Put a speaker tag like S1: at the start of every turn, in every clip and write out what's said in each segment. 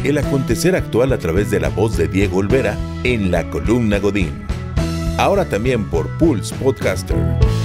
S1: el acontecer actual a través de la voz de Diego Olvera en La Columna Godín. Ahora también por Pulse Podcaster.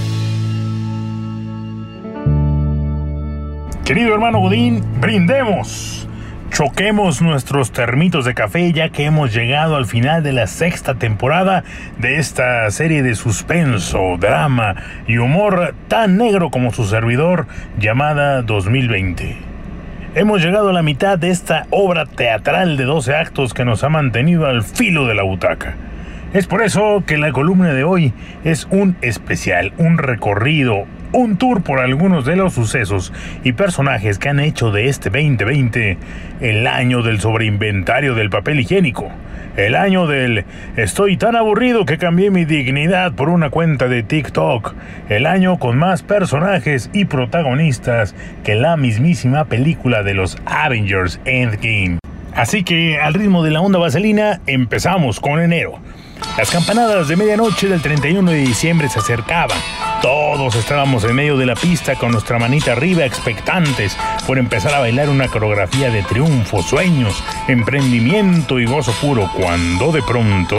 S2: Querido hermano Godín, brindemos. Choquemos nuestros termitos de café, ya que hemos llegado al final de la 6ª temporada de esta serie de suspenso, drama y humor tan negro como su servidor, llamada 2020. Hemos llegado a la mitad de esta obra teatral de 12 actos que nos ha mantenido al filo de la butaca. Es por eso que la columna de hoy es un especial, un recorrido, un tour por algunos de los sucesos y personajes que han hecho de este 2020 el año del sobreinventario del papel higiénico, el año del estoy tan aburrido que cambié mi dignidad por una cuenta de TikTok, el año con más personajes y protagonistas que la mismísima película de los Avengers Endgame. Así que al ritmo de la onda vaselina empezamos con enero. Las campanadas de medianoche del 31 de diciembre se acercaban. Todos estábamos en medio de la pista con nuestra manita arriba, expectantes por empezar a bailar una coreografía de triunfo, sueños, emprendimiento y gozo puro, cuando de pronto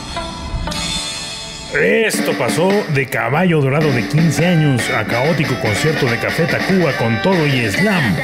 S2: esto pasó de caballo dorado de 15 años a caótico concierto de Café Tacuba con todo y slam.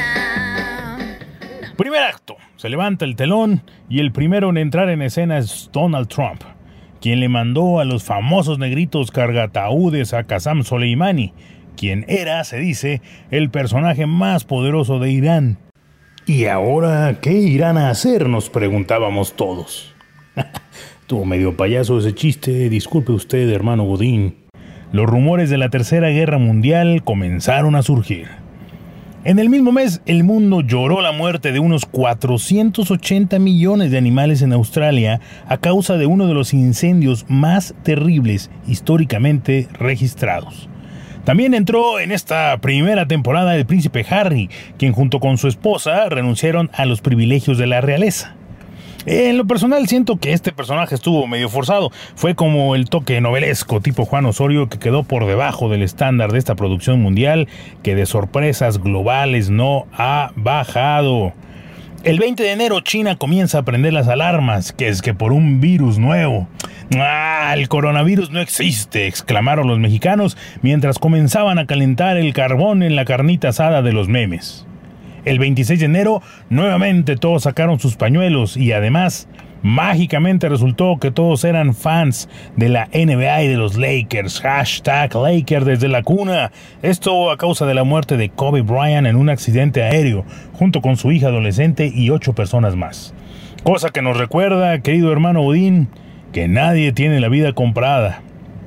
S2: Primer acto, se levanta el telón y el primero en entrar en escena es Donald Trump, quien le mandó a los famosos negritos cargataúdes a Qasem Soleimani, quien era, se dice, el personaje más poderoso de Irán. ¿Y ahora qué irán a hacer?, nos preguntábamos todos. Tuvo medio payaso ese chiste, disculpe usted, hermano Godín. Los rumores de la Tercera Guerra Mundial comenzaron a surgir. En el mismo mes, el mundo lloró la muerte de unos 480 millones de animales en Australia a causa de uno de los incendios más terribles históricamente registrados. También entró en esta primera temporada el príncipe Harry, quien junto con su esposa renunciaron a los privilegios de la realeza. En lo personal siento que este personaje estuvo medio forzado. Fue como el toque novelesco tipo Juan Osorio que quedó por debajo del estándar de esta producción mundial que de sorpresas globales no ha bajado. El 20 de enero China comienza a prender las alarmas, que es que por un virus nuevo. El coronavirus no existe, exclamaron los mexicanos mientras comenzaban a calentar el carbón en la carnita asada de los memes. El 26 de enero, nuevamente todos sacaron sus pañuelos y además, mágicamente resultó que todos eran fans de la NBA y de los Lakers. #Laker desde la cuna. Esto a causa de la muerte de Kobe Bryant en un accidente aéreo, junto con su hija adolescente y 8 personas más. Cosa que nos recuerda, querido hermano Odín, que nadie tiene la vida comprada.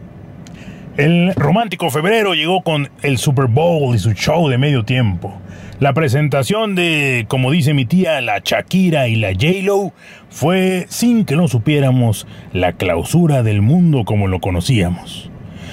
S2: El romántico febrero llegó con el Super Bowl y su show de medio tiempo. La presentación de, como dice mi tía, la Shakira y la J-Lo fue, sin que lo supiéramos, la clausura del mundo como lo conocíamos.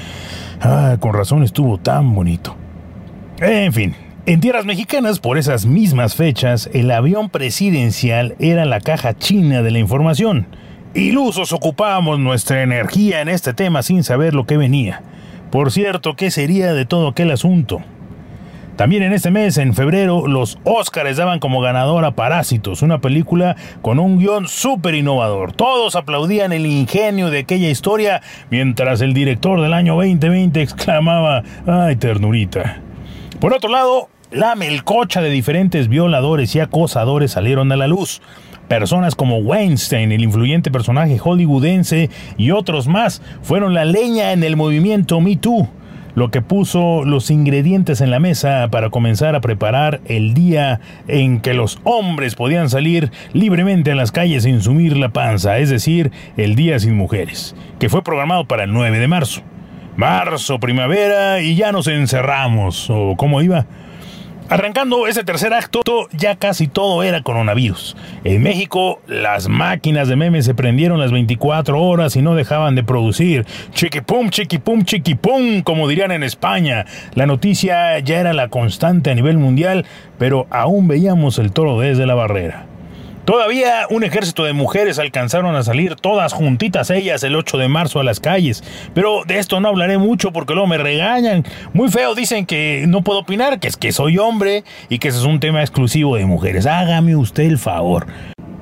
S2: Con razón estuvo tan bonito. En fin, en tierras mexicanas, por esas mismas fechas, el avión presidencial era la caja china de la información. Ilusos ocupábamos nuestra energía en este tema sin saber lo que venía. Por cierto, ¿qué sería de todo aquel asunto? También en este mes, en febrero, los Óscares daban como ganador a Parásitos, una película con un guión súper innovador. Todos aplaudían el ingenio de aquella historia, mientras el director del año 2020 exclamaba, ¡ay, ternurita! Por otro lado, la melcocha de diferentes violadores y acosadores salieron a la luz. Personas como Weinstein, el influyente personaje hollywoodense, y otros más fueron la leña en el movimiento Me Too, lo que puso los ingredientes en la mesa para comenzar a preparar el día en que los hombres podían salir libremente a las calles sin sumir la panza, es decir, el Día Sin Mujeres, que fue programado para el 9 de marzo. Marzo, primavera y ya nos encerramos, ¿o cómo iba? Arrancando ese tercer acto, ya casi todo era coronavirus. En México, las máquinas de memes se prendieron las 24 horas y no dejaban de producir. Chiquipum, chiquipum, chiquipum, como dirían en España. La noticia ya era la constante a nivel mundial, pero aún veíamos el toro desde la barrera. Todavía un ejército de mujeres alcanzaron a salir todas juntitas ellas el 8 de marzo a las calles. Pero de esto no hablaré mucho porque luego me regañan. Muy feo, dicen que no puedo opinar, que es que soy hombre y que ese es un tema exclusivo de mujeres. Hágame usted el favor.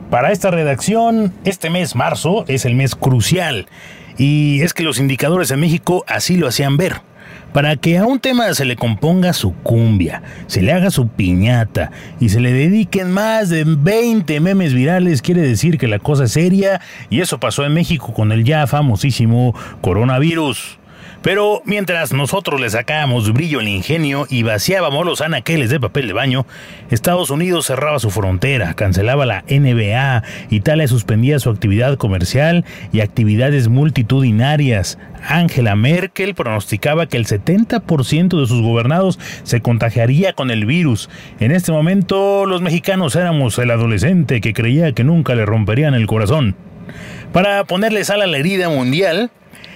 S2: Para esta redacción, este mes, marzo, es el mes crucial. Y es que los indicadores en México así lo hacían ver. Para que a un tema se le componga su cumbia, se le haga su piñata y se le dediquen más de 20 memes virales, quiere decir que la cosa es seria, y eso pasó en México con el ya famosísimo coronavirus. Pero mientras nosotros le sacábamos brillo al ingenio y vaciábamos los anaqueles de papel de baño, Estados Unidos cerraba su frontera, cancelaba la NBA, Italia suspendía su actividad comercial y actividades multitudinarias. Angela Merkel pronosticaba que el 70% de sus gobernados se contagiaría con el virus. En este momento, los mexicanos éramos el adolescente que creía que nunca le romperían el corazón. Para ponerle sal a la herida mundial,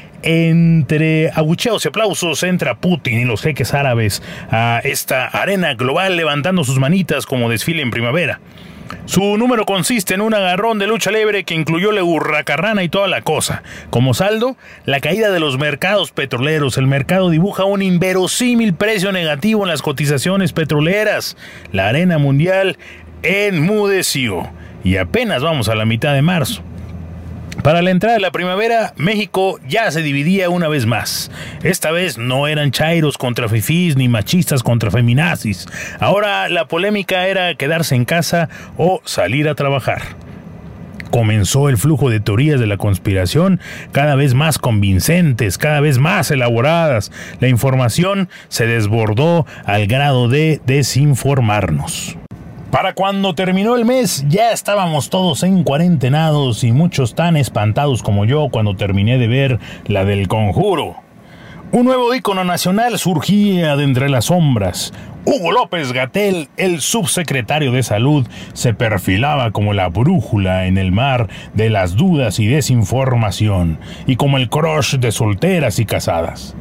S2: entre abucheos y aplausos entra Putin y los jeques árabes a esta arena global levantando sus manitas como desfile en primavera. Su número consiste en un agarrón de lucha libre que incluyó la hurracarrana y toda la cosa. Como saldo, la caída de los mercados petroleros. El mercado dibuja un inverosímil precio negativo en las cotizaciones petroleras. La arena mundial enmudeció y apenas vamos a la mitad de marzo. Para la entrada de la primavera, México ya se dividía una vez más. Esta vez no eran chairos contra fifís ni machistas contra feminazis. Ahora la polémica era quedarse en casa o salir a trabajar. Comenzó el flujo de teorías de la conspiración, cada vez más convincentes, cada vez más elaboradas. La información se desbordó al grado de desinformarnos. Para cuando terminó el mes, ya estábamos todos encuarentenados y muchos tan espantados como yo cuando terminé de ver la del Conjuro. Un nuevo ícono nacional surgía de entre las sombras. Hugo López-Gatell, el subsecretario de Salud, se perfilaba como la brújula en el mar de las dudas y desinformación, y como el crush de solteras y casadas.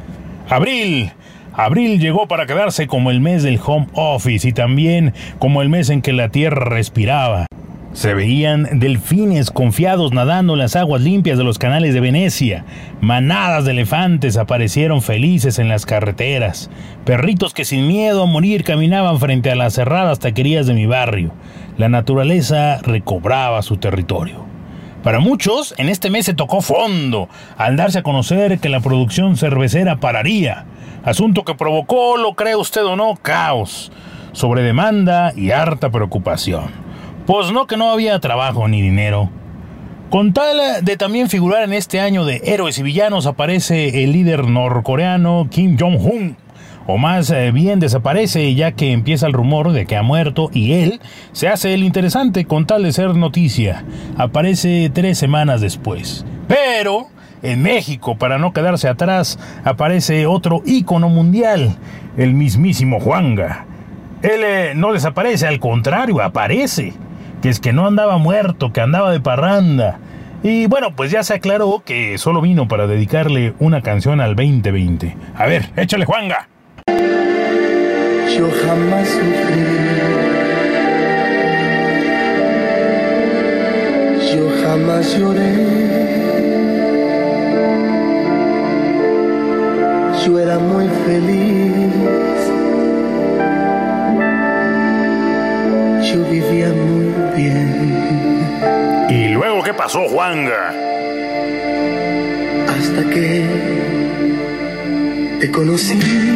S2: Abril llegó para quedarse como el mes del home office y también como el mes en que la tierra respiraba. Se veían delfines confiados nadando en las aguas limpias de los canales de Venecia. Manadas de elefantes aparecieron felices en las carreteras. Perritos que sin miedo a morir caminaban frente a las cerradas taquerías de mi barrio. La naturaleza recobraba su territorio. Para muchos, en este mes se tocó fondo, al darse a conocer que la producción cervecera pararía. Asunto que provocó, lo cree usted o no, caos, sobredemanda y harta preocupación. Pues no que no había trabajo ni dinero. Con tal de también figurar en este año de héroes y villanos, aparece el líder norcoreano Kim Jong-un. O más bien desaparece, ya que empieza el rumor de que ha muerto y él se hace el interesante con tal de ser noticia. Aparece 3 semanas después. Pero en México, para no quedarse atrás, aparece otro ícono mundial, el mismísimo Juanga. Él no desaparece, al contrario, aparece. Que es que no andaba muerto, que andaba de parranda. Y bueno, pues ya se aclaró que solo vino para dedicarle una canción al 2020. A ver, échale, Juanga.
S3: Yo jamás sufrí, yo jamás lloré, yo era muy feliz, yo vivía muy bien.
S2: ¿Y luego qué pasó, Juanga?
S3: Hasta que te conocí.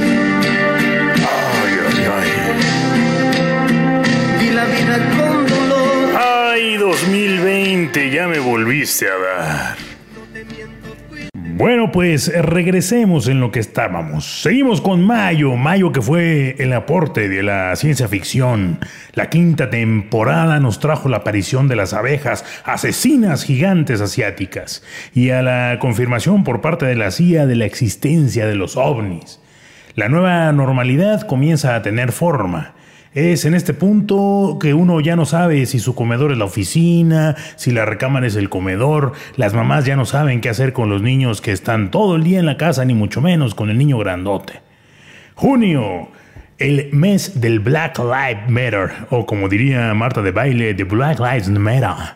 S3: La vida con dolor.
S2: Ay, 2020, ya me volviste a dar. Bueno, pues regresemos en lo que estábamos. Seguimos con Mayo que fue el aporte de la ciencia ficción. La 5ª temporada nos trajo la aparición de las abejas, asesinas gigantes asiáticas, y a la confirmación por parte de la CIA de la existencia de los ovnis. La nueva normalidad comienza a tener forma. Es en este punto que uno ya no sabe si su comedor es la oficina, si la recámara es el comedor. Las mamás ya no saben qué hacer con los niños que están todo el día en la casa, ni mucho menos con el niño grandote. Junio, el mes del Black Lives Matter, o como diría Marta de Baile, de Black Lives Matter.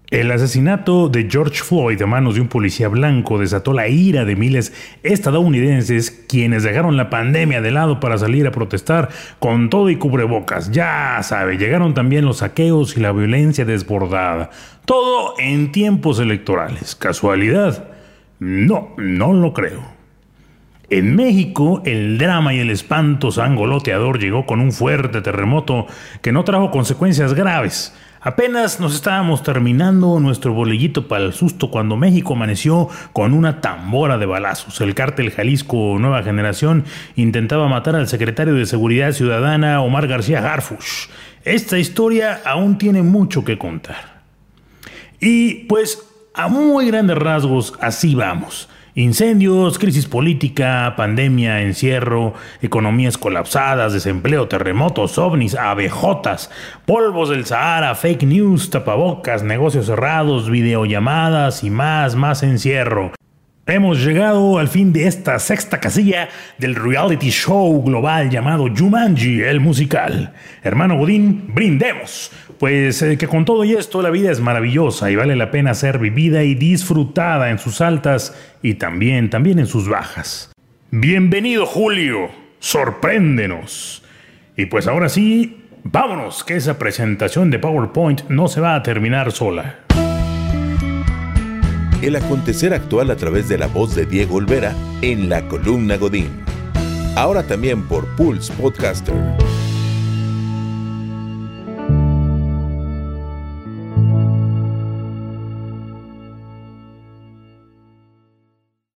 S2: El asesinato de George Floyd a manos de un policía blanco desató la ira de miles estadounidenses, quienes dejaron la pandemia de lado para salir a protestar con todo y cubrebocas. Ya sabe, llegaron también los saqueos y la violencia desbordada. Todo en tiempos electorales. ¿Casualidad? No lo creo. En México, el drama y el espanto sangoloteador llegó con un fuerte terremoto que no trajo consecuencias graves. Apenas nos estábamos terminando nuestro bolillito para el susto cuando México amaneció con una tambora de balazos. El cártel Jalisco Nueva Generación intentaba matar al secretario de Seguridad Ciudadana, Omar García Harfuch. Esta historia aún tiene mucho que contar. Y pues, a muy grandes rasgos, así vamos. Incendios, crisis política, pandemia, encierro, economías colapsadas, desempleo, terremotos, ovnis, abejotas, polvos del Sahara, fake news, tapabocas, negocios cerrados, videollamadas y más encierro. Hemos llegado al fin de esta sexta casilla del reality show global llamado Jumanji, el musical. Hermano Godín, brindemos. Pues que con todo y esto la vida es maravillosa y vale la pena ser vivida y disfrutada en sus altas y también en sus bajas. Bienvenido, Julio. Sorpréndenos. Y pues ahora sí, vámonos, que esa presentación de PowerPoint no se va a terminar sola.
S1: El acontecer actual a través de la voz de Diego Olvera en La Columna Godín. Ahora también por Pulse Podcaster.